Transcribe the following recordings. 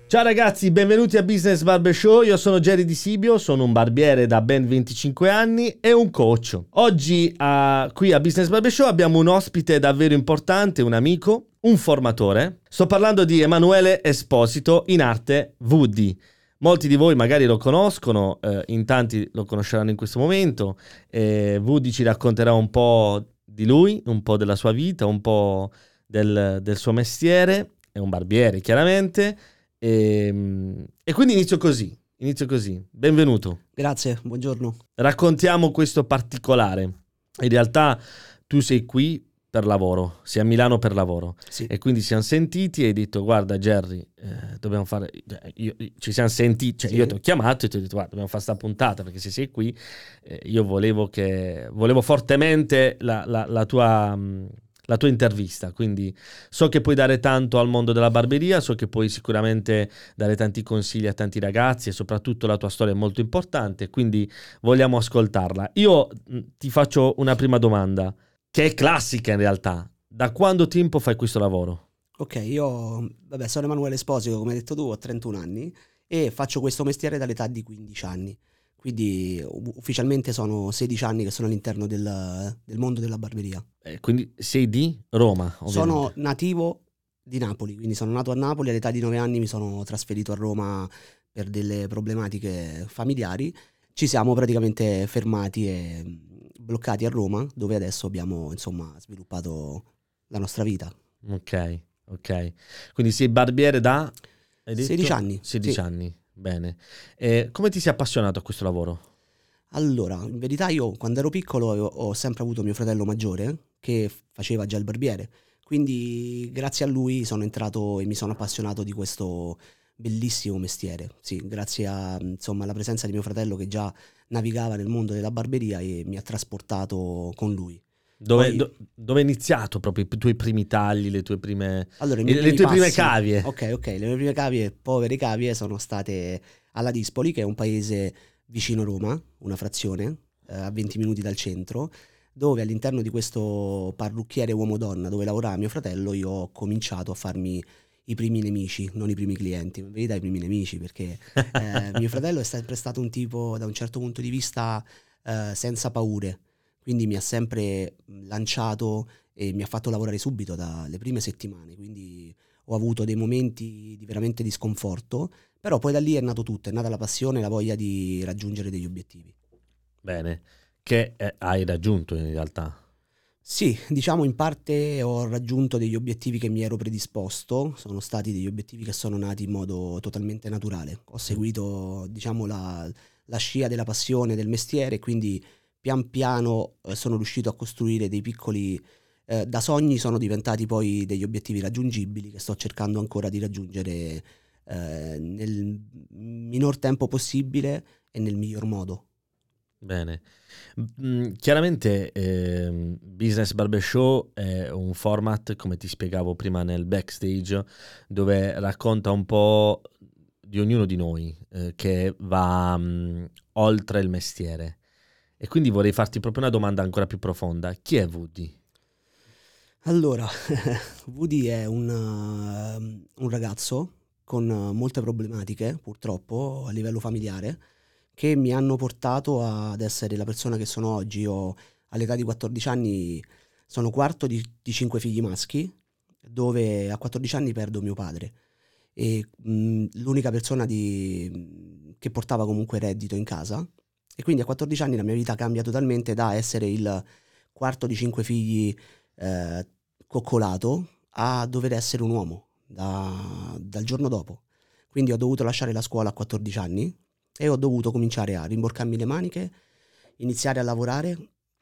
Ciao ragazzi, benvenuti a Business Barber Show. Io sono Jerry Di Sibio, sono un barbiere da ben 25 anni e un coach. Oggi qui a Business Barber Show abbiamo un ospite davvero importante, un amico, un formatore. Sto parlando di Emanuele Esposito, in arte Woody. Molti di voi magari lo conoscono, in tanti lo conosceranno in questo momento. Woody ci racconterà un po' di lui, un po' della sua vita, un po' del suo mestiere. È un barbiere, chiaramente. E quindi inizio così. Benvenuto. Grazie, buongiorno. Raccontiamo questo particolare. In realtà tu sei qui per lavoro, sei a Milano per lavoro. Sì. E quindi siamo sentiti e hai detto: guarda Jerry, dobbiamo fare, ci siamo sentiti, cioè Sì. io ti ho chiamato e ti ho detto: guarda, dobbiamo fare sta puntata, perché se sei qui io volevo fortemente la tua intervista. Quindi so che puoi dare tanto al mondo della barberia, so che puoi sicuramente dare tanti consigli a tanti ragazzi e soprattutto la tua storia è molto importante, quindi vogliamo ascoltarla. Io ti faccio una prima domanda, che è classica in realtà. Da quanto tempo fai questo lavoro? Ok, io sono Emanuele Esposito, come hai detto tu, ho 31 anni e faccio questo mestiere dall'età di 15 anni. Quindi ufficialmente sono 16 anni che sono all'interno del mondo della barberia. Quindi sei di Roma, ovviamente. Sono nativo di Napoli, quindi sono nato a Napoli, all'età di 9 anni mi sono trasferito a Roma per delle problematiche familiari. Ci siamo praticamente fermati e bloccati a Roma, dove adesso abbiamo sviluppato la nostra vita. Ok. Quindi sei barbiere da... hai detto? 16 anni. 16 Sì. anni, bene. E come ti sei appassionato a questo lavoro? Allora, in verità io quando ero piccolo ho sempre avuto mio fratello maggiore che faceva già il barbiere, quindi grazie a lui sono entrato e mi sono appassionato di questo bellissimo mestiere. Sì, grazie alla presenza di mio fratello che già navigava nel mondo della barberia e mi ha trasportato con lui. Dove Poi, è iniziato proprio i tuoi primi tagli, le tue prime, allora, i miei le primi tue prime passi, cavie? ok, le mie prime cavie, povere cavie, sono state alla Dispoli, che è un paese vicino Roma, una frazione, a 20 minuti dal centro, dove all'interno di questo parrucchiere uomo-donna, dove lavorava mio fratello, io ho cominciato a farmi i primi nemici, non i primi clienti, ma in verità i primi nemici, perché mio fratello è sempre stato un tipo, da un certo punto di vista, senza paure, quindi mi ha sempre lanciato e mi ha fatto lavorare subito dalle prime settimane, quindi ho avuto dei momenti veramente di sconforto, però poi da lì è nato tutto, è nata la passione e la voglia di raggiungere degli obiettivi. Bene, che hai raggiunto in realtà. Sì, diciamo in parte ho raggiunto degli obiettivi che mi ero predisposto, sono stati degli obiettivi che sono nati in modo totalmente naturale. Ho seguito, diciamo, la scia della passione del mestiere e quindi pian piano sono riuscito a costruire dei piccoli, da sogni sono diventati poi degli obiettivi raggiungibili che sto cercando ancora di raggiungere nel minor tempo possibile e nel miglior modo. Bene. Chiaramente Business Barber Show è un format, come ti spiegavo prima nel backstage, dove racconta un po' di ognuno di noi che va oltre il mestiere. E quindi vorrei farti proprio una domanda ancora più profonda. Chi è Woody? Allora, Woody è un ragazzo con molte problematiche, purtroppo, a livello familiare, che mi hanno portato ad essere la persona che sono oggi. Io, all'età di 14 anni, sono quarto di 5 figli maschi, dove a 14 anni perdo mio padre. E l'unica persona che portava comunque reddito in casa. E quindi a 14 anni la mia vita cambia totalmente da essere il quarto di 5 figli eh, coccolato a dover essere un uomo dal giorno dopo. Quindi ho dovuto lasciare la scuola a 14 anni e ho dovuto cominciare a rimborcarmi le maniche, iniziare a lavorare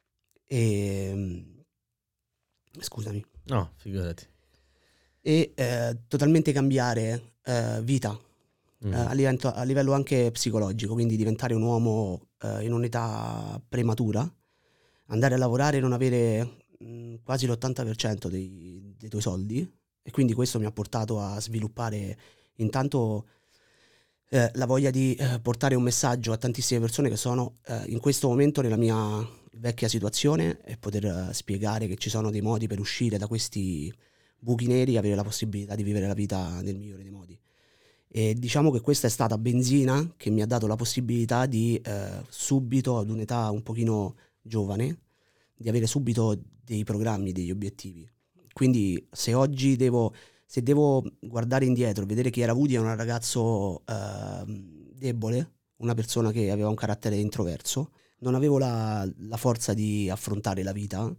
e scusami, No, figurati. e totalmente cambiare vita Mm. a livello anche psicologico, quindi diventare un uomo in un'età prematura, andare a lavorare e non avere quasi l'80% dei tuoi soldi, e quindi questo mi ha portato a sviluppare intanto la voglia di portare un messaggio a tantissime persone che sono in questo momento nella mia vecchia situazione e poter spiegare che ci sono dei modi per uscire da questi buchi neri e avere la possibilità di vivere la vita nel migliore dei modi. E diciamo che questa è stata benzina che mi ha dato la possibilità di subito, ad un'età un pochino giovane, di avere subito dei programmi, degli obiettivi. Quindi se devo guardare indietro e vedere chi era Woody, è un ragazzo debole, una persona che aveva un carattere introverso, non avevo la forza di affrontare la vita,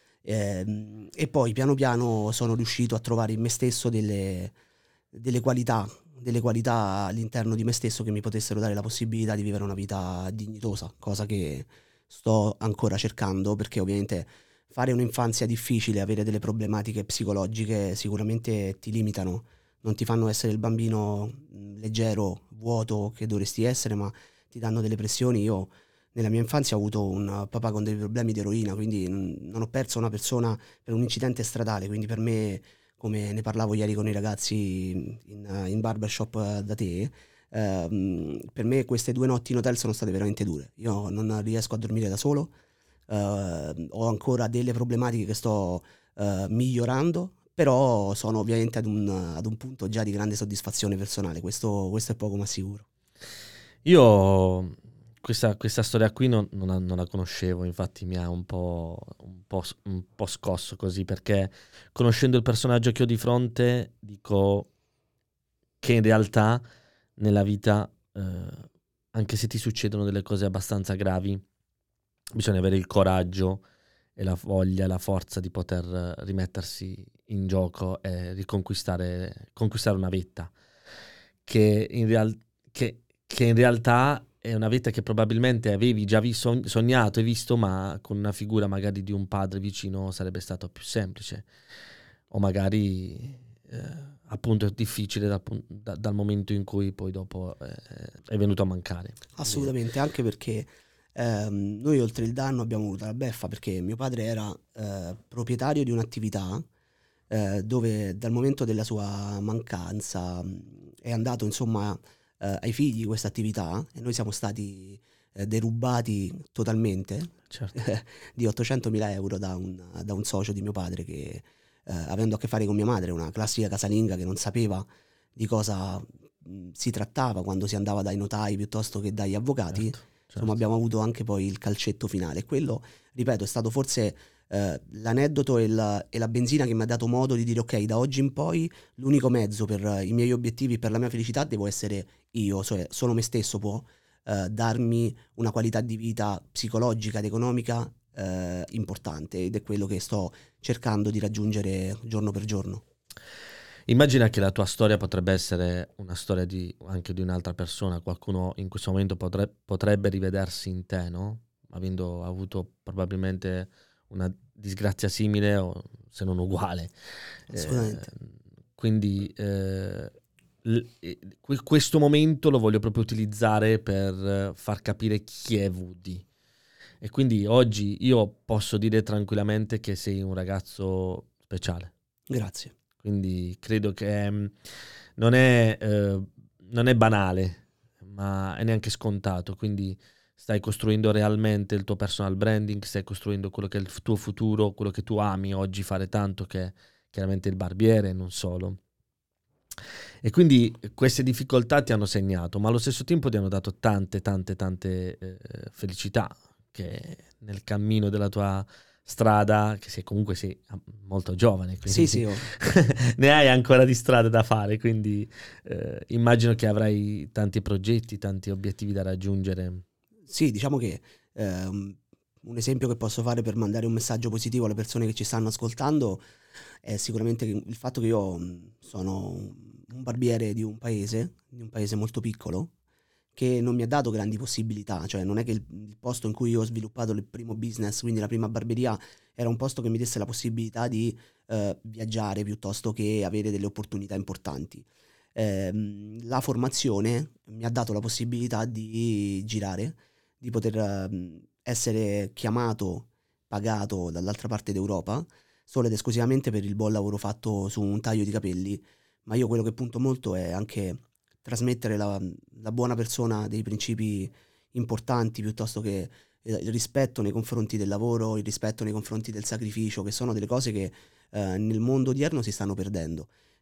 e poi piano piano sono riuscito a trovare in me stesso delle qualità all'interno di me stesso che mi potessero dare la possibilità di vivere una vita dignitosa, cosa che sto ancora cercando, perché ovviamente fare un'infanzia difficile, avere delle problematiche psicologiche sicuramente ti limitano, non ti fanno essere il bambino leggero, vuoto che dovresti essere, ma ti danno delle pressioni. Io nella mia infanzia ho avuto un papà con dei problemi di eroina, quindi non ho perso una persona per un incidente stradale, quindi per me, come ne parlavo ieri con i ragazzi in barbershop da te, per me queste 2 notti in hotel sono state veramente dure. Io non riesco a dormire da solo, ho ancora delle problematiche che sto migliorando, però sono ovviamente ad un punto già di grande soddisfazione personale, questo è poco ma sicuro. Io questa storia qui non la conoscevo, infatti mi ha un po' scosso così, perché conoscendo il personaggio che ho di fronte, dico che in realtà nella vita, anche se ti succedono delle cose abbastanza gravi, bisogna avere il coraggio e la voglia e la forza di poter rimettersi in gioco e conquistare una vetta che che in realtà è una vetta che probabilmente avevi già sognato e visto, ma con una figura magari di un padre vicino sarebbe stato più semplice, o magari appunto è difficile dal momento in cui poi dopo è venuto a mancare. Quindi, Assolutamente, anche perché noi oltre il danno abbiamo avuto la beffa, perché mio padre era proprietario di un'attività dove dal momento della sua mancanza è andato insomma ai figli questa attività, e noi siamo stati derubati totalmente certo, di 800.000 euro da un socio di mio padre che, avendo a che fare con mia madre, una classica casalinga che non sapeva di cosa si trattava quando si andava dai notai piuttosto che dagli avvocati, certo, insomma certo. abbiamo avuto anche poi il calcetto finale. Quello, ripeto, è stato forse l'aneddoto e la benzina che mi ha dato modo di dire ok, da oggi in poi l'unico mezzo per i miei obiettivi, per la mia felicità, devo essere io, cioè solo me stesso può darmi una qualità di vita psicologica ed economica importante, ed è quello che sto cercando di raggiungere giorno per giorno. Immagina che la tua storia potrebbe essere una storia anche di un'altra persona, qualcuno in questo momento potrebbe rivedersi in te, no? Avendo avuto probabilmente una disgrazia simile o se non uguale. Assolutamente. Quindi questo momento lo voglio proprio utilizzare per far capire chi è Woody. E quindi oggi io posso dire tranquillamente che sei un ragazzo speciale. Grazie. Quindi credo che non è banale, ma è neanche scontato. Quindi stai costruendo realmente il tuo personal branding, stai costruendo quello che è il tuo futuro, quello che tu ami oggi fare tanto, che è chiaramente il barbiere e non solo. E quindi queste difficoltà ti hanno segnato, ma allo stesso tempo ti hanno dato tante, tante, tante felicità che nel cammino della tua strada, che sei molto giovane, Sì, quindi sì, ne hai ancora di strada da fare, quindi immagino che avrai tanti progetti, tanti obiettivi da raggiungere. sì, diciamo che un esempio che posso fare per mandare un messaggio positivo alle persone che ci stanno ascoltando è sicuramente il fatto che io sono un barbiere di un paese molto piccolo, che non mi ha dato grandi possibilità, cioè non è che il posto in cui io ho sviluppato il primo business, quindi la prima barberia, era un posto che mi desse la possibilità di viaggiare piuttosto che avere delle opportunità importanti. La formazione mi ha dato la possibilità di girare, di poter essere chiamato, pagato dall'altra parte d'Europa, solo ed esclusivamente per il buon lavoro fatto su un taglio di capelli. Ma io quello che punto molto è anche trasmettere la buona persona, dei principi importanti, piuttosto che il rispetto nei confronti del lavoro, il rispetto nei confronti del sacrificio, che sono delle cose che nel mondo odierno si stanno perdendo.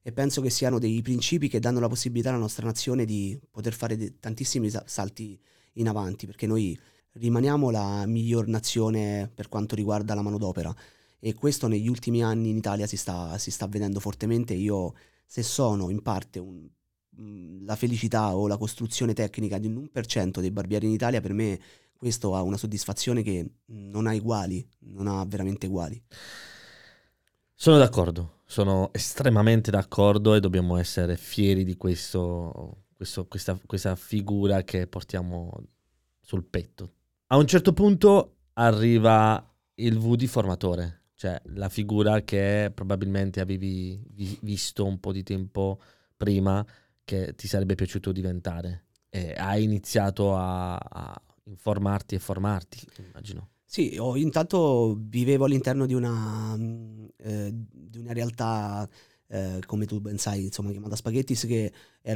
e penso che siano dei principi che danno la possibilità alla nostra nazione di poter fare tantissimi salti in avanti, perché noi rimaniamo la miglior nazione per quanto riguarda la manodopera, e questo negli ultimi anni in Italia si sta vedendo fortemente. Io, se sono in parte la felicità o la costruzione tecnica di un 1% dei barbieri in Italia, per me questo ha una soddisfazione che non ha eguali, non ha veramente eguali. Sono d'accordo, sono estremamente d'accordo, e dobbiamo essere fieri di questa figura che portiamo sul petto. A un certo punto arriva il VD formatore, cioè la figura che probabilmente avevi visto un po' di tempo prima, che ti sarebbe piaciuto diventare, e hai iniziato a informarti e formarti, immagino. Sì, intanto vivevo all'interno di una realtà, come tu ben sai, insomma, chiamata Spaghettis, che era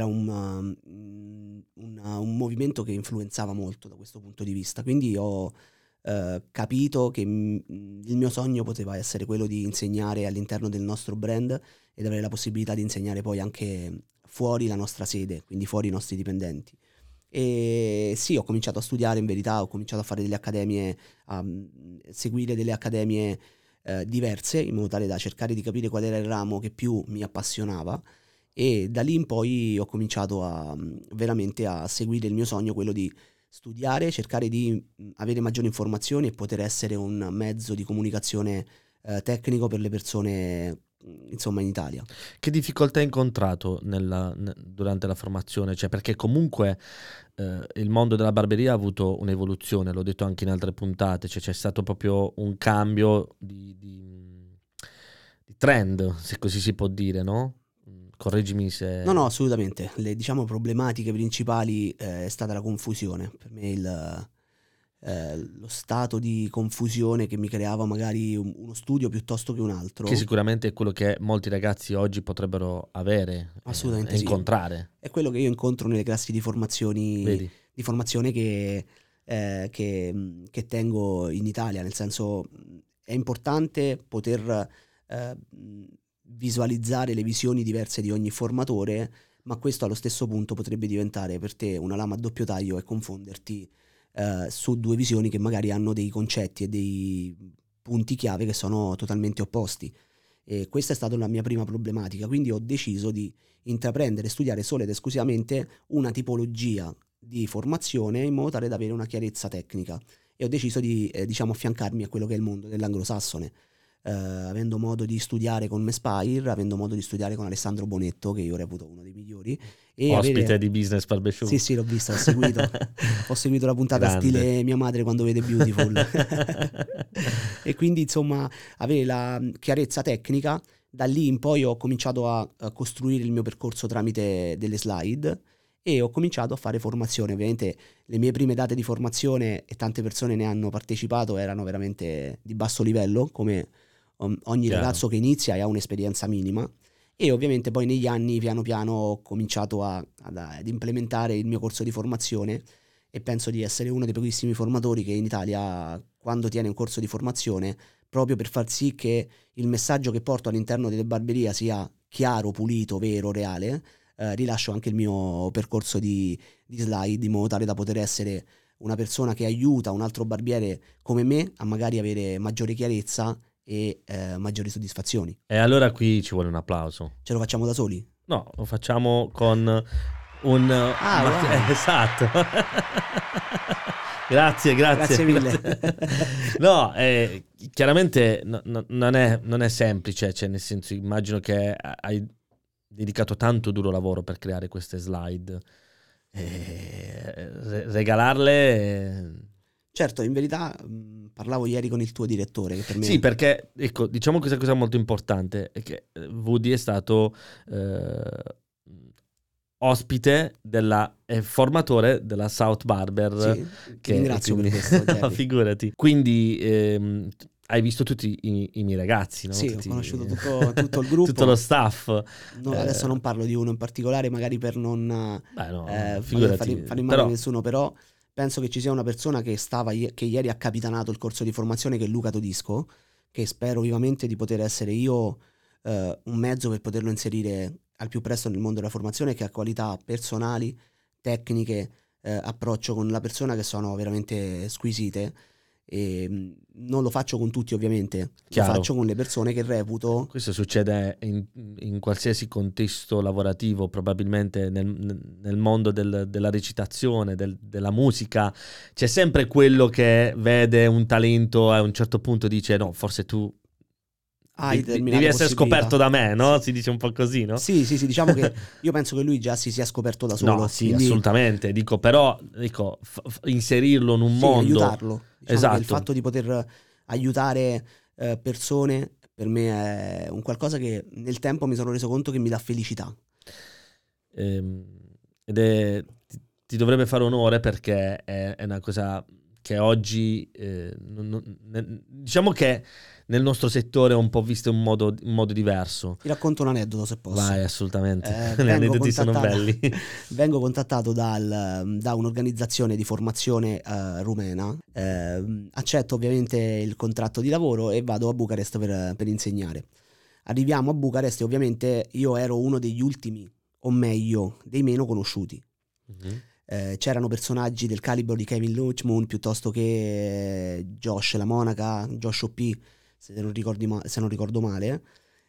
un movimento che influenzava molto da questo punto di vista. Quindi ho capito che il mio sogno poteva essere quello di insegnare all'interno del nostro brand ed avere la possibilità di insegnare poi anche fuori la nostra sede, quindi fuori i nostri dipendenti. E sì, ho cominciato a studiare, in verità, ho cominciato a fare delle accademie, a seguire delle accademie diverse, in modo tale da cercare di capire qual era il ramo che più mi appassionava, e da lì in poi ho cominciato veramente a seguire il mio sogno, quello di studiare, cercare di avere maggiori informazioni e poter essere un mezzo di comunicazione tecnico per le persone, insomma, in Italia. Che difficoltà hai incontrato durante la formazione? Cioè, perché comunque il mondo della barberia ha avuto un'evoluzione, l'ho detto anche in altre puntate, cioè c'è stato proprio un cambio di trend, se così si può dire, no? Correggimi se... No, assolutamente. Le, diciamo, problematiche principali è stata la confusione. Per me lo stato di confusione che mi creava magari uno studio piuttosto che un altro. Che sicuramente è quello che molti ragazzi oggi potrebbero avere, Assolutamente e sì. incontrare. È quello che io incontro nelle classi di Vedi? formazione che tengo in Italia. Nel senso, è importante poter visualizzare le visioni diverse di ogni formatore, ma questo allo stesso punto potrebbe diventare per te una lama a doppio taglio e confonderti su due visioni che magari hanno dei concetti e dei punti chiave che sono totalmente opposti. E questa è stata la mia prima problematica, quindi ho deciso di intraprendere e studiare solo ed esclusivamente una tipologia di formazione, in modo tale da avere una chiarezza tecnica, e ho deciso di diciamo affiancarmi a quello che è il mondo dell'anglosassone, avendo modo di studiare con Mespire, avendo modo di studiare con Alessandro Bonetto, che io reputo uno dei migliori, e Ospite di Business Barbershop. Sì, l'ho visto, ho seguito. Ho seguito la puntata Grande. stile mia madre quando vede Beautiful. E quindi, insomma, avere la chiarezza tecnica. Da lì in poi ho cominciato a costruire il mio percorso tramite delle slide, e ho cominciato a fare formazione. Ovviamente le mie prime date di formazione, e tante persone ne hanno partecipato, erano veramente di basso livello, come ogni Chiaro. ragazzo che inizia e ha un'esperienza minima. E ovviamente poi negli anni piano piano ho cominciato ad implementare il mio corso di formazione, e penso di essere uno dei pochissimi formatori che in Italia, quando tiene un corso di formazione, proprio per far sì che il messaggio che porto all'interno delle barberie sia chiaro, pulito, vero, reale, rilascio anche il mio percorso di slide, in modo tale da poter essere una persona che aiuta un altro barbiere come me a magari avere maggiore chiarezza e maggiori soddisfazioni. E allora qui ci vuole un applauso. Ce lo facciamo da soli? No, lo facciamo con un... wow. Esatto. Grazie mille. No, chiaramente non è semplice, cioè nel senso, immagino che hai dedicato tanto duro lavoro per creare queste slide, regalarle... Certo, in verità parlavo ieri con il tuo direttore, che per me... Sì, perché, ecco, diciamo questa cosa molto importante, è che Woody è stato ospite formatore della South Barber. Sì, ti ringrazio per questo, Jerry. Figurati. Quindi hai visto tutti i miei ragazzi, no? Sì, Tutti, ho conosciuto tutto il gruppo. tutto lo staff. No, adesso non parlo di uno in particolare, magari per non figurati, fare male a nessuno, però penso che ci sia una persona che ieri ha capitanato il corso di formazione, che è Luca Todisco, che spero vivamente di poter essere io un mezzo per poterlo inserire al più presto nel mondo della formazione, che ha qualità personali, tecniche, approccio con la persona che sono veramente squisite. E non lo faccio con tutti, ovviamente. Chiaro. Lo faccio con le persone che reputo. Questo succede in qualsiasi contesto lavorativo, probabilmente nel mondo della recitazione, della musica. C'è sempre quello che vede un talento e a un certo punto dice no, forse tu devi essere scoperto da me, no? Sì. Si dice un po' così, no? Sì, diciamo che io penso che lui già si sia scoperto da solo. No, sì, quindi, assolutamente. Però inserirlo in un sì, mondo. aiutarlo. Diciamo Esatto. che il fatto di poter aiutare persone per me è un qualcosa che nel tempo mi sono reso conto che mi dà felicità. Ti dovrebbe fare onore, perché è una cosa che oggi diciamo che nel nostro settore è un po' visto in modo diverso. Ti racconto un aneddoto, se posso. Vai, assolutamente. Gli aneddoti sono belli. Vengo contattato da un'organizzazione di formazione rumena. Accetto ovviamente il contratto di lavoro e vado a Bucarest per insegnare. Arriviamo a Bucarest e ovviamente io ero uno degli ultimi, o meglio, dei meno conosciuti. C'erano personaggi del calibro di Kevin Loachmoon, piuttosto che Josh La Monaca, Josh O.P., se non ricordo male,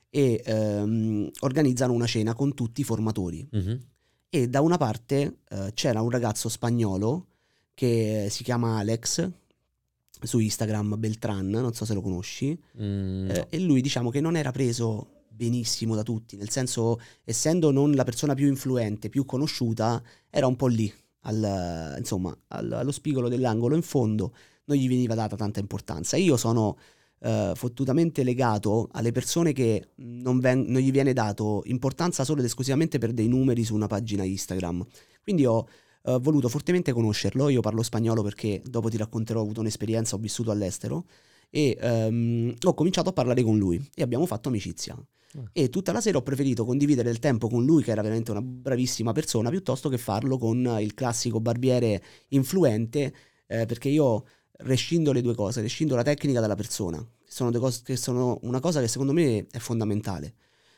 e organizzano una cena con tutti i formatori. E da una parte c'era un ragazzo spagnolo che si chiama Alex, su Instagram Beltran, non so se lo conosci, No. e lui diciamo che non era preso benissimo da tutti, nel senso, essendo non la persona più influente, più conosciuta, era un po' lì, allo spigolo dell'angolo in fondo, non gli veniva data tanta importanza. Io sono fottutamente legato alle persone che non gli viene dato importanza solo ed esclusivamente per dei numeri su una pagina Instagram. Quindi ho voluto fortemente conoscerlo. Io parlo spagnolo perché, dopo ti racconterò, ho avuto un'esperienza, ho vissuto all'estero e ho cominciato a parlare con lui e abbiamo fatto amicizia. E tutta la sera ho preferito condividere il tempo con lui, che era veramente una bravissima persona, piuttosto che farlo con il classico barbiere influente, perché io rescindo le due cose, rescindo la tecnica dalla persona, che sono due cose, che sono una cosa che secondo me è fondamentale.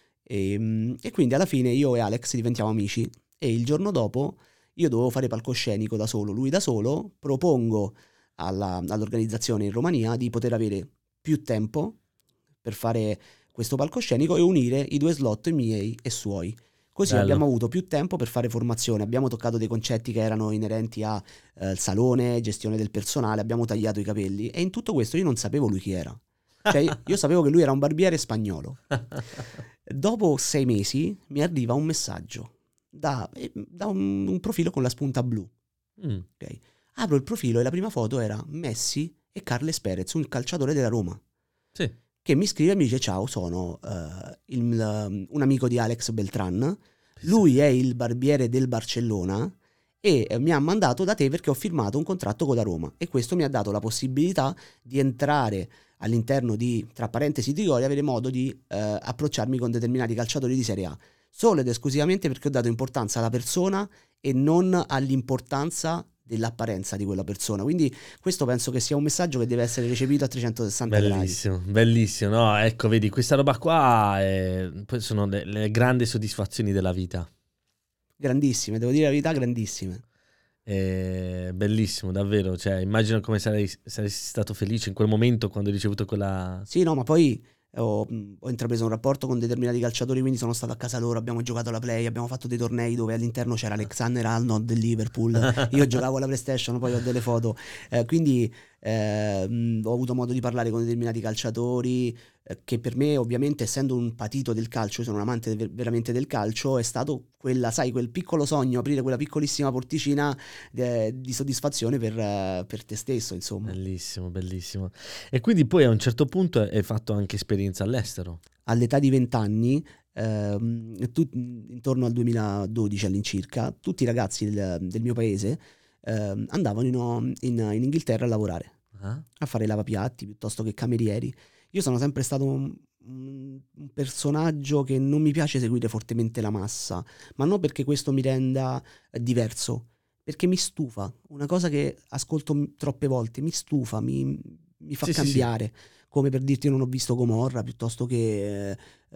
E quindi alla fine io e Alex diventiamo amici e il giorno dopo io dovevo fare palcoscenico da solo, lui da solo. Propongo all'organizzazione in Romania di poter avere più tempo per fare questo palcoscenico e unire i due slot miei e suoi. Così Bello. abbiamo avuto più tempo per fare formazione, abbiamo toccato dei concetti che erano inerenti a salone, gestione del personale, abbiamo tagliato i capelli e in tutto questo io non sapevo lui chi era. Cioè io sapevo che lui era un barbiere spagnolo. Dopo 6 mesi mi arriva un messaggio da un profilo con la spunta blu. Okay. Apro il profilo e la prima foto era Messi e Carles Perez, un calciatore della Roma. Sì. Che mi scrive e mi dice: ciao, sono un amico di Alex Beltran, lui è il barbiere del Barcellona e mi ha mandato da te perché ho firmato un contratto con la Roma e questo mi ha dato la possibilità di entrare all'interno di, tra parentesi, Trigoria, avere modo di approcciarmi con determinati calciatori di Serie A, solo ed esclusivamente perché ho dato importanza alla persona e non all'importanza dell'apparenza di quella persona. Quindi questo penso che sia un messaggio che deve essere recepito a 360 Bellissimo, gradi. bellissimo, no? Ecco, vedi, questa roba qua poi sono le grandi soddisfazioni della vita. Grandissime, devo dire la verità, grandissime. Bellissimo, davvero. Cioè, immagino come saresti stato felice in quel momento quando hai ricevuto quella... Sì, no, ma poi ho intrapreso un rapporto con determinati calciatori, quindi sono stato a casa loro, abbiamo giocato alla Play, abbiamo fatto dei tornei dove all'interno c'era Alexander-Arnold del Liverpool, io giocavo alla PlayStation, poi ho delle foto, quindi ho avuto modo di parlare con determinati calciatori, che per me, ovviamente, essendo un patito del calcio, io sono un amante veramente del calcio, è stato quel piccolo sogno, aprire quella piccolissima porticina di soddisfazione per te stesso, insomma. Bellissimo, bellissimo. E quindi poi a un certo punto hai fatto anche esperienza all'estero. All'età di 20 anni, intorno al 2012 all'incirca, tutti i ragazzi del mio paese andavano in Inghilterra a lavorare, a fare lavapiatti piuttosto che camerieri. Io sono sempre stato un personaggio che non mi piace seguire fortemente la massa, ma non perché questo mi renda diverso, perché mi stufa. Una cosa che ascolto troppe volte mi stufa, mi fa cambiare. come per dirti non ho visto Gomorra, piuttosto che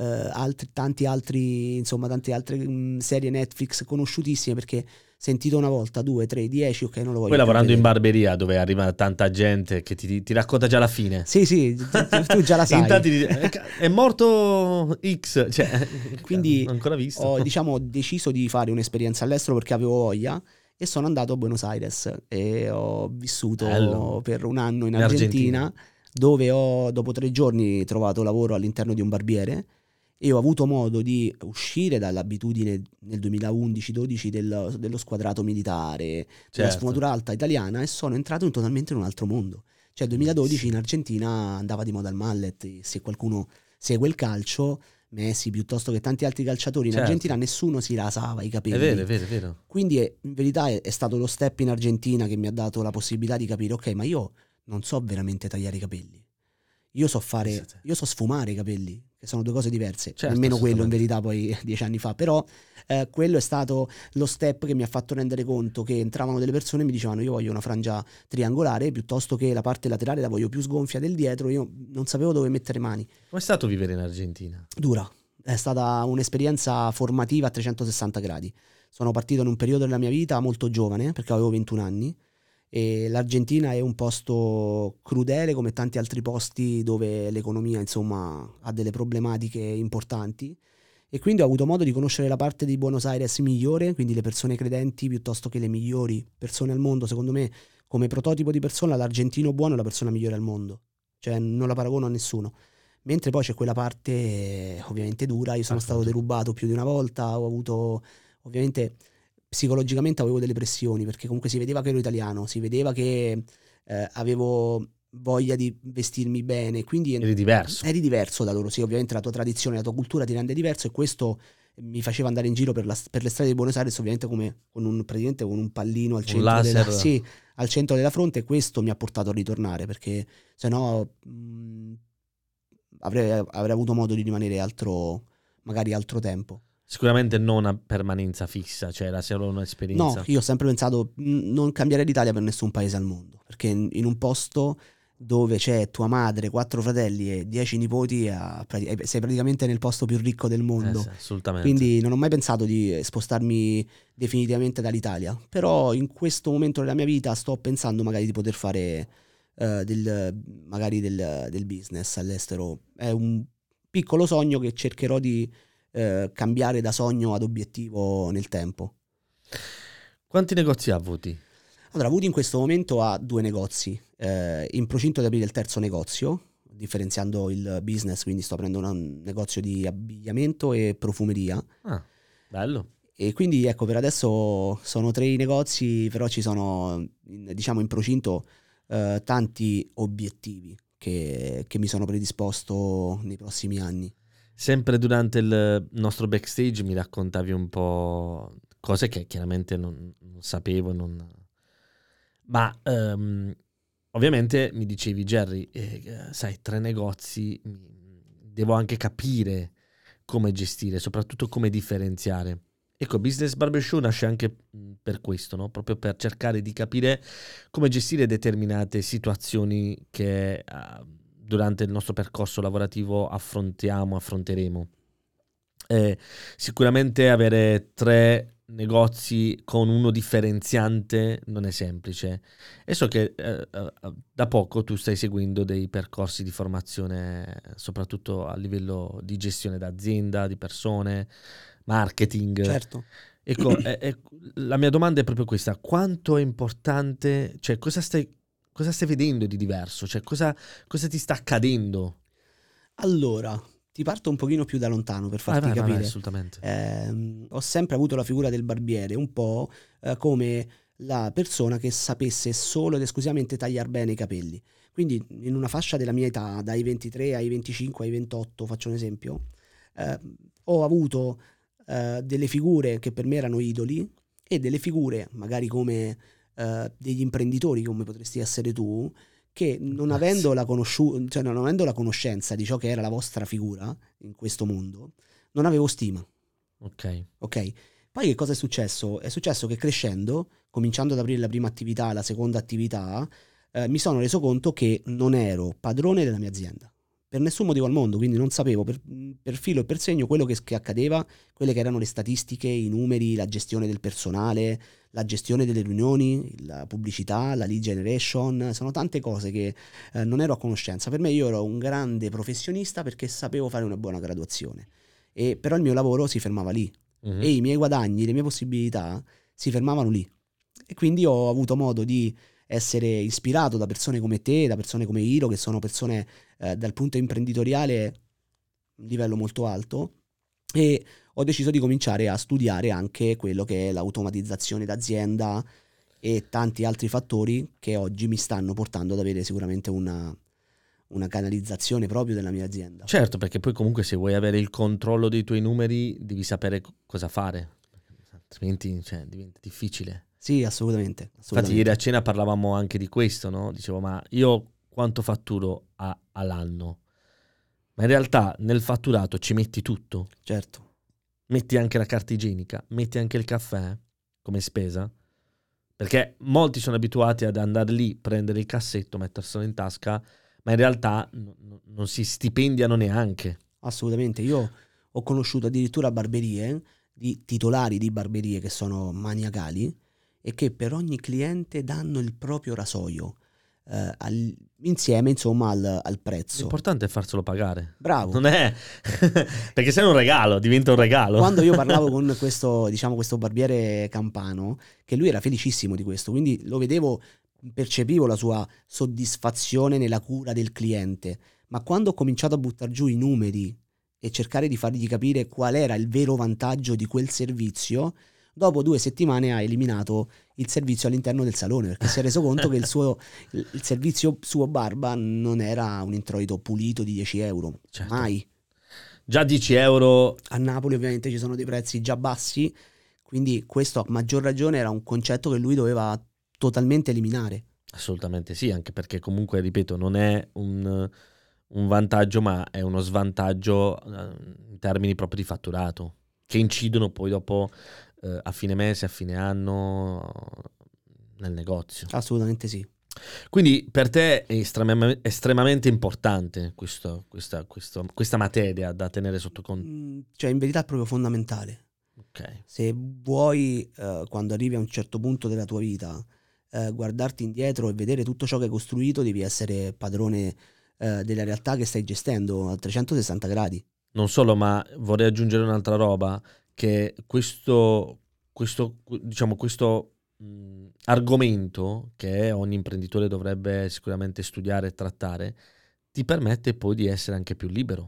tanti altri, insomma tante altre serie Netflix conosciutissime, perché sentito una volta, 2, 3, 10, ok, non lo voglio Poi più lavorando in vedere. barberia dove arriva tanta gente che ti racconta già la fine. Sì, tu già la sai. Intanto ti dice, è morto X, cioè, Quindi non ancora visto. ho, diciamo, deciso di fare un'esperienza all'estero perché avevo voglia, e sono andato a Buenos Aires e ho vissuto Bello. per un anno in In Argentina. Argentina, dove ho dopo 3 giorni trovato lavoro all'interno di un barbiere, e ho avuto modo di uscire dall'abitudine nel 2011-12 dello squadrato militare, della Certo. sfumatura alta italiana, e sono entrato totalmente in un altro mondo. Cioè 2012 in Argentina andava di moda il mallet, e se qualcuno segue il calcio, Messi piuttosto che tanti altri calciatori in Certo. Argentina, nessuno si rasava i capelli. È vero, è vero, è vero. Quindi in verità è stato lo step in Argentina che mi ha dato la possibilità di capire, ok, ma io non so veramente tagliare i capelli. Io so sfumare i capelli, che sono 2 cose diverse. Certo, Nemmeno quello in assolutamente. verità poi 10 anni fa, però quello è stato lo step che mi ha fatto rendere conto che entravano delle persone e mi dicevano io voglio una frangia triangolare, piuttosto che la parte laterale la voglio più sgonfia del dietro. Io non sapevo dove mettere mani. Com'è stato vivere in Argentina? Dura, è stata un'esperienza formativa a 360 gradi. Sono partito in un periodo della mia vita molto giovane, perché avevo 21 anni, e l'Argentina è un posto crudele come tanti altri posti dove l'economia, insomma, ha delle problematiche importanti, e quindi ho avuto modo di conoscere la parte di Buenos Aires migliore, quindi le persone credenti piuttosto che le migliori persone al mondo. Secondo me, come prototipo di persona, l'argentino buono è la persona migliore al mondo, cioè non la paragono a nessuno. Mentre poi c'è quella parte ovviamente dura. Io sono stato Appunto. derubato più di una volta, ho avuto, ovviamente psicologicamente avevo delle pressioni, perché comunque si vedeva che ero italiano, si vedeva che avevo voglia di vestirmi bene, quindi Eri diverso. eri diverso da loro. Sì, ovviamente la tua tradizione, la tua cultura ti rende diverso, e questo mi faceva andare in giro per le strade di Buenos Aires, ovviamente come praticamente con un pallino al Un centro laser. sì, al centro della fronte, e questo mi ha portato a ritornare, perché sennò avrei avuto modo di rimanere magari altro tempo. Sicuramente non a permanenza fissa, cioè era solo No, un'esperienza. io ho sempre pensato non cambiare l'Italia per nessun paese al mondo, perché in un posto dove c'è tua madre, 4 fratelli e 10 nipoti, sei praticamente nel posto più ricco del mondo. Sì, assolutamente. Quindi non ho mai pensato di spostarmi definitivamente dall'Italia, però in questo momento della mia vita sto pensando magari di poter fare magari del business all'estero. È un piccolo sogno che cercherò di cambiare da sogno ad obiettivo nel tempo. Quanti negozi ha avuti? Allora, Woody in questo momento ha 2 negozi, in procinto di aprire il terzo negozio, differenziando il business, quindi sto aprendo un negozio di abbigliamento e profumeria. Ah, bello. E quindi ecco, per adesso sono 3 i negozi, però ci sono, diciamo, in procinto tanti obiettivi che mi sono predisposto nei prossimi anni. Sempre durante il nostro backstage mi raccontavi un po' cose che chiaramente non sapevo, ma ovviamente mi dicevi, Jerry, sai, 3 negozi, devo anche capire come gestire, soprattutto come differenziare. Ecco, Business Barbershow nasce anche per questo, no? Proprio per cercare di capire come gestire determinate situazioni che durante il nostro percorso lavorativo affronteremo. Sicuramente avere 3 negozi con uno differenziante non è semplice, e so che da poco tu stai seguendo dei percorsi di formazione soprattutto a livello di gestione d'azienda, di persone, marketing. Certo. Ecco, la mia domanda è proprio questa: quanto è importante, cioè cosa stai vedendo di diverso, cioè cosa ti sta accadendo? Allora, ti parto un pochino più da lontano per farti Vai, capire. assolutamente. Ho sempre avuto la figura del barbiere, un po' come la persona che sapesse solo ed esclusivamente tagliare bene i capelli. Quindi in una fascia della mia età, dai 23 ai 25 ai 28, faccio un esempio, ho avuto delle figure che per me erano idoli, e delle figure magari come degli imprenditori, come potresti essere tu, che non avendo la conoscenza di ciò che era la vostra figura in questo mondo, non avevo stima. Ok. Poi che cosa è successo? È successo che crescendo, cominciando ad aprire la prima attività, la seconda attività, mi sono reso conto che non ero padrone della mia azienda per nessun motivo al mondo, quindi non sapevo per filo e per segno quello che accadeva, quelle che erano le statistiche, i numeri, la gestione del personale, la gestione delle riunioni, la pubblicità, la lead generation. Sono tante cose che non ero a conoscenza. Per me, io ero un grande professionista perché sapevo fare una buona graduazione, però il mio lavoro si fermava lì e i miei guadagni, le mie possibilità si fermavano lì, e quindi ho avuto modo di essere ispirato da persone come te, da persone come Iro, che sono persone dal punto imprenditoriale un livello molto alto, e ho deciso di cominciare a studiare anche quello che è l'automatizzazione d'azienda e tanti altri fattori che oggi mi stanno portando ad avere sicuramente una canalizzazione proprio della mia azienda. Certo, perché poi comunque se vuoi avere il controllo dei tuoi numeri devi sapere cosa fare, altrimenti diventa difficile. Sì, assolutamente. Infatti ieri a cena parlavamo anche di questo, no? Dicevo, ma io quanto fatturo all'anno? Ma in realtà nel fatturato ci metti tutto. Certo. Metti anche la carta igienica, metti anche il caffè come spesa. Perché molti sono abituati ad andare lì, prendere il cassetto, metterselo in tasca, ma in realtà non si stipendiano neanche. Assolutamente. Io ho conosciuto addirittura barberie, di titolari di barberie che sono maniacali e che per ogni cliente danno il proprio rasoio insieme, insomma, al prezzo. L'importante è farselo pagare. Bravo. Non è perché se è un regalo, diventa un regalo. Quando io parlavo con questo barbiere campano, che lui era felicissimo di questo, quindi lo vedevo, percepivo la sua soddisfazione nella cura del cliente, ma quando ho cominciato a buttare giù i numeri e cercare di fargli capire qual era il vero vantaggio di quel servizio, dopo 2 settimane ha eliminato il servizio all'interno del salone, perché si è reso conto che il servizio suo barba non era un introito pulito di 10 euro, certo. Mai. Già 10 euro. A Napoli ovviamente ci sono dei prezzi già bassi, quindi questo a maggior ragione era un concetto che lui doveva totalmente eliminare. Assolutamente sì, anche perché comunque, ripeto, non è un vantaggio, ma è uno svantaggio in termini proprio di fatturato, che incidono poi dopo a fine mese, a fine anno nel negozio. Assolutamente sì. Quindi per te è estremamente importante questa materia da tenere sotto conto. Cioè, in verità è proprio fondamentale. Ok. Se vuoi, quando arrivi a un certo punto della tua vita, guardarti indietro e vedere tutto ciò che hai costruito, devi essere padrone della realtà che stai gestendo a 360 gradi. Non solo, ma vorrei aggiungere un'altra roba, che questo argomento che ogni imprenditore dovrebbe sicuramente studiare e trattare, ti permette poi di essere anche più libero.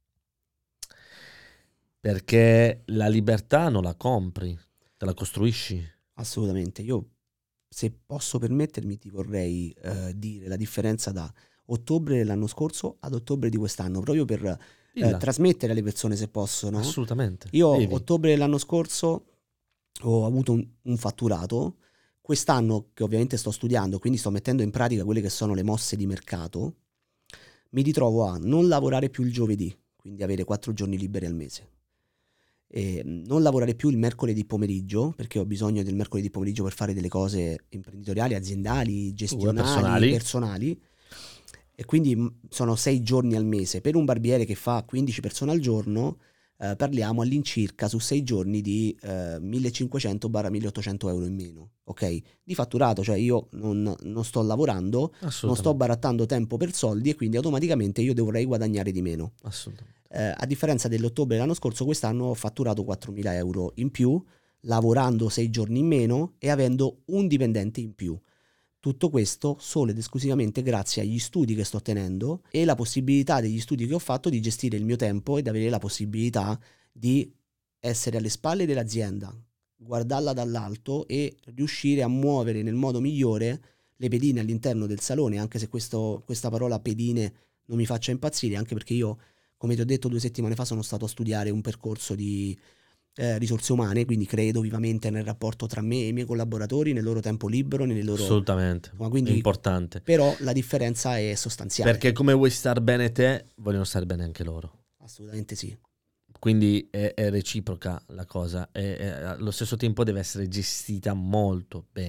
Perché la libertà non la compri, te la costruisci. Assolutamente. Io, se posso permettermi, ti vorrei dire la differenza da ottobre dell'anno scorso ad ottobre di quest'anno, proprio per trasmettere alle persone, se posso, no? Assolutamente. Io ottobre dell'anno scorso ho avuto un fatturato. Quest'anno, che ovviamente sto studiando, quindi sto mettendo in pratica quelle che sono le mosse di mercato, mi ritrovo a non lavorare più il giovedì, quindi avere 4 giorni liberi al mese. E non lavorare più il mercoledì pomeriggio, perché ho bisogno del mercoledì pomeriggio per fare delle cose imprenditoriali, aziendali, gestionali, personali. E quindi sono 6 giorni al mese. Per un barbiere che fa 15 persone al giorno, parliamo all'incirca su 6 giorni di 1.500-1.800 euro in meno, ok? Di fatturato, cioè io non sto lavorando, non sto barattando tempo per soldi, e quindi automaticamente io dovrei guadagnare di meno. Assolutamente. A differenza dell'ottobre dell'anno scorso, quest'anno ho fatturato 4.000 euro in più, lavorando 6 giorni in meno e avendo un dipendente in più. Tutto questo solo ed esclusivamente grazie agli studi che sto tenendo e la possibilità degli studi che ho fatto di gestire il mio tempo ed avere la possibilità di essere alle spalle dell'azienda, guardarla dall'alto e riuscire a muovere nel modo migliore le pedine all'interno del salone, anche se questa parola pedine non mi faccia impazzire, anche perché io, come ti ho detto 2 settimane fa, sono stato a studiare un percorso di risorse umane, quindi credo vivamente nel rapporto tra me e i miei collaboratori, nel loro tempo libero, nelle loro... Assolutamente, quindi, è importante. Però la differenza è sostanziale. Perché come vuoi star bene te, vogliono stare bene anche loro. Assolutamente sì. Quindi è reciproca la cosa e allo stesso tempo deve essere gestita molto bene.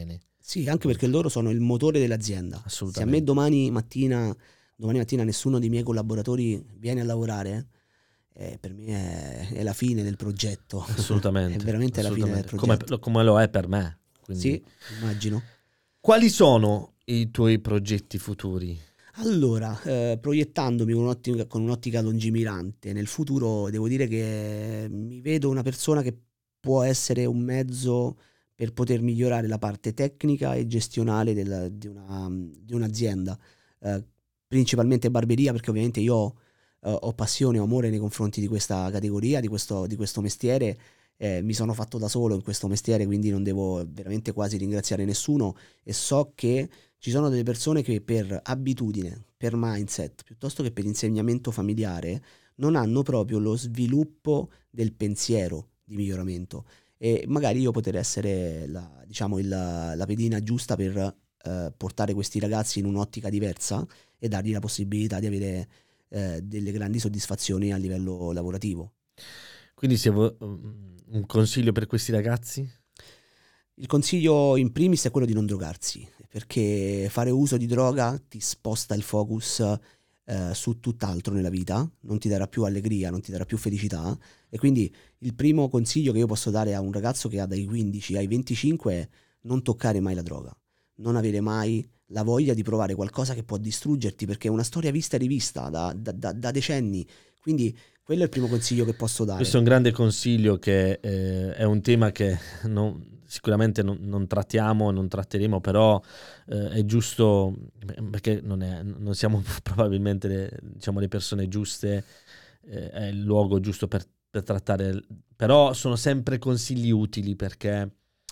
Sì, anche perché loro sono il motore dell'azienda. Se a Assolutamente. me domani mattina nessuno dei miei collaboratori viene a lavorare, per me è la fine del progetto. È Assolutamente, veramente la fine del assolutamente. Come, progetto. come lo è per me. Quindi. Sì, immagino. Quali sono i tuoi progetti futuri? Allora, proiettandomi con un'ottica lungimirante, nel futuro devo dire che mi vedo una persona che può essere un mezzo per poter migliorare la parte tecnica e gestionale di un'azienda, eh, principalmente barberia, perché ovviamente io ho passione, ho amore nei confronti di questa categoria, di questo mestiere. Mi sono fatto da solo in questo mestiere, quindi non devo veramente quasi ringraziare nessuno, e so che ci sono delle persone che per abitudine, per mindset, piuttosto che per insegnamento familiare, non hanno proprio lo sviluppo del pensiero di miglioramento, e magari io poter essere la pedina giusta per portare questi ragazzi in un'ottica diversa e dargli la possibilità di avere delle grandi soddisfazioni a livello lavorativo. Quindi se un consiglio per questi ragazzi? Il consiglio in primis è quello di non drogarsi, perché fare uso di droga ti sposta il focus su tutt'altro nella vita, non ti darà più allegria, non ti darà più felicità, e quindi il primo consiglio che io posso dare a un ragazzo che ha dai 15 ai 25 è non toccare mai la droga, non avere mai la voglia di provare qualcosa che può distruggerti, perché è una storia vista e rivista da decenni, quindi quello è il primo consiglio che posso dare. Questo è un grande consiglio che è un tema che sicuramente non trattiamo, non tratteremo, però è giusto, perché non siamo probabilmente le persone giuste, è il luogo giusto per trattare, però sono sempre consigli utili, perché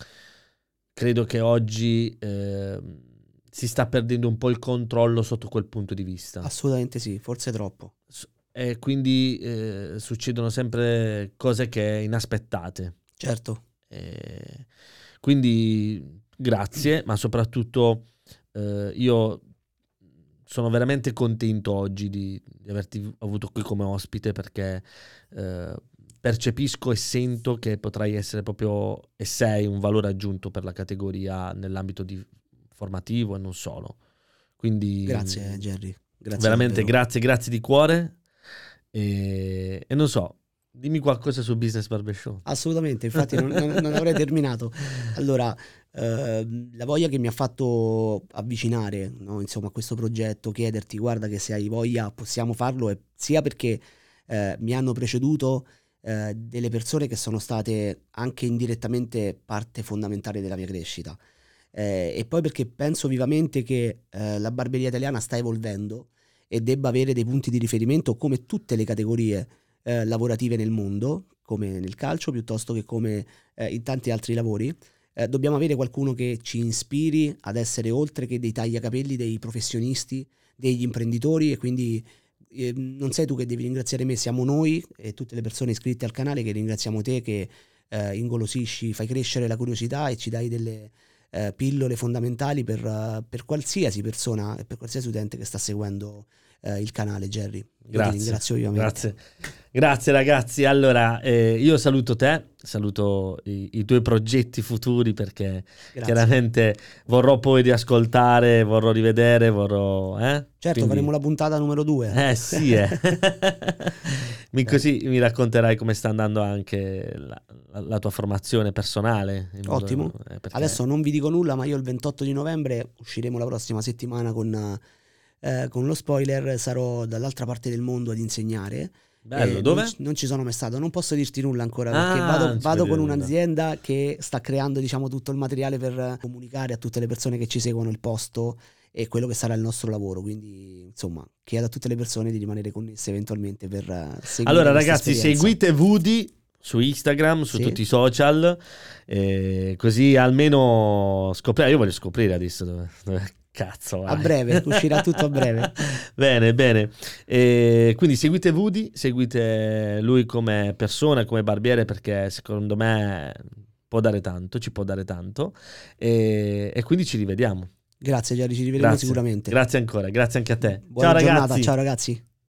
credo che oggi si sta perdendo un po' il controllo sotto quel punto di vista. Assolutamente sì, forse troppo. E quindi succedono sempre cose che inaspettate. Certo. Quindi grazie, ma soprattutto io sono veramente contento oggi di averti avuto qui come ospite, perché percepisco e sento che potrai essere proprio, e sei, un valore aggiunto per la categoria nell'ambito formativo e non solo. Quindi Grazie Jerry, grazie veramente davvero. grazie di cuore. E non so, dimmi qualcosa su Business Barbershow. Assolutamente, infatti non avrei terminato. Allora, la voglia che mi ha fatto avvicinare, no, insomma, a questo progetto, chiederti, guarda che se hai voglia possiamo farlo, è sia perché mi hanno preceduto delle persone che sono state anche indirettamente parte fondamentale della mia crescita, e poi perché penso vivamente che la barberia italiana sta evolvendo e debba avere dei punti di riferimento come tutte le categorie lavorative nel mondo, come nel calcio piuttosto che come in tanti altri lavori. Dobbiamo avere qualcuno che ci ispiri ad essere, oltre che dei tagliacapelli, dei professionisti, degli imprenditori, e quindi non sei tu che devi ringraziare me, siamo noi e tutte le persone iscritte al canale che ringraziamo te, che ingolosisci, fai crescere la curiosità e ci dai delle pillole fondamentali per qualsiasi persona e per qualsiasi utente che sta seguendo il canale, Jerry. Io ti ringrazio vivamente. Grazie ragazzi. Allora io saluto te, saluto i tuoi progetti futuri, perché chiaramente vorrò poi riascoltare, vorrò rivedere, Certo, quindi faremo la puntata numero 2. Sì. Così mi racconterai come sta andando anche la tua formazione personale. Ottimo. Perché... Adesso non vi dico nulla, ma io il 28 di novembre usciremo la prossima settimana con lo spoiler, sarò dall'altra parte del mondo ad insegnare. Bello, dove? Non ci sono mai stato, non posso dirti nulla ancora, perché vado con un'azienda che sta creando, diciamo, tutto il materiale per comunicare a tutte le persone che ci seguono il posto e quello che sarà il nostro lavoro, quindi insomma chiedo a tutte le persone di rimanere connesse eventualmente per seguire. Allora ragazzi, seguite Woody su Instagram, su tutti i social, così almeno scoprire. Io voglio scoprire adesso dove cazzo vai. A breve, uscirà tutto a breve. Bene. Quindi seguite Woody, seguite lui come persona, come barbiere, perché secondo me può dare tanto, ci può dare tanto, e quindi ci rivediamo. Grazie Jerry, ci rivedremo sicuramente. Grazie ancora, grazie anche a te. Buona ciao giornata, ragazzi. ciao ragazzi.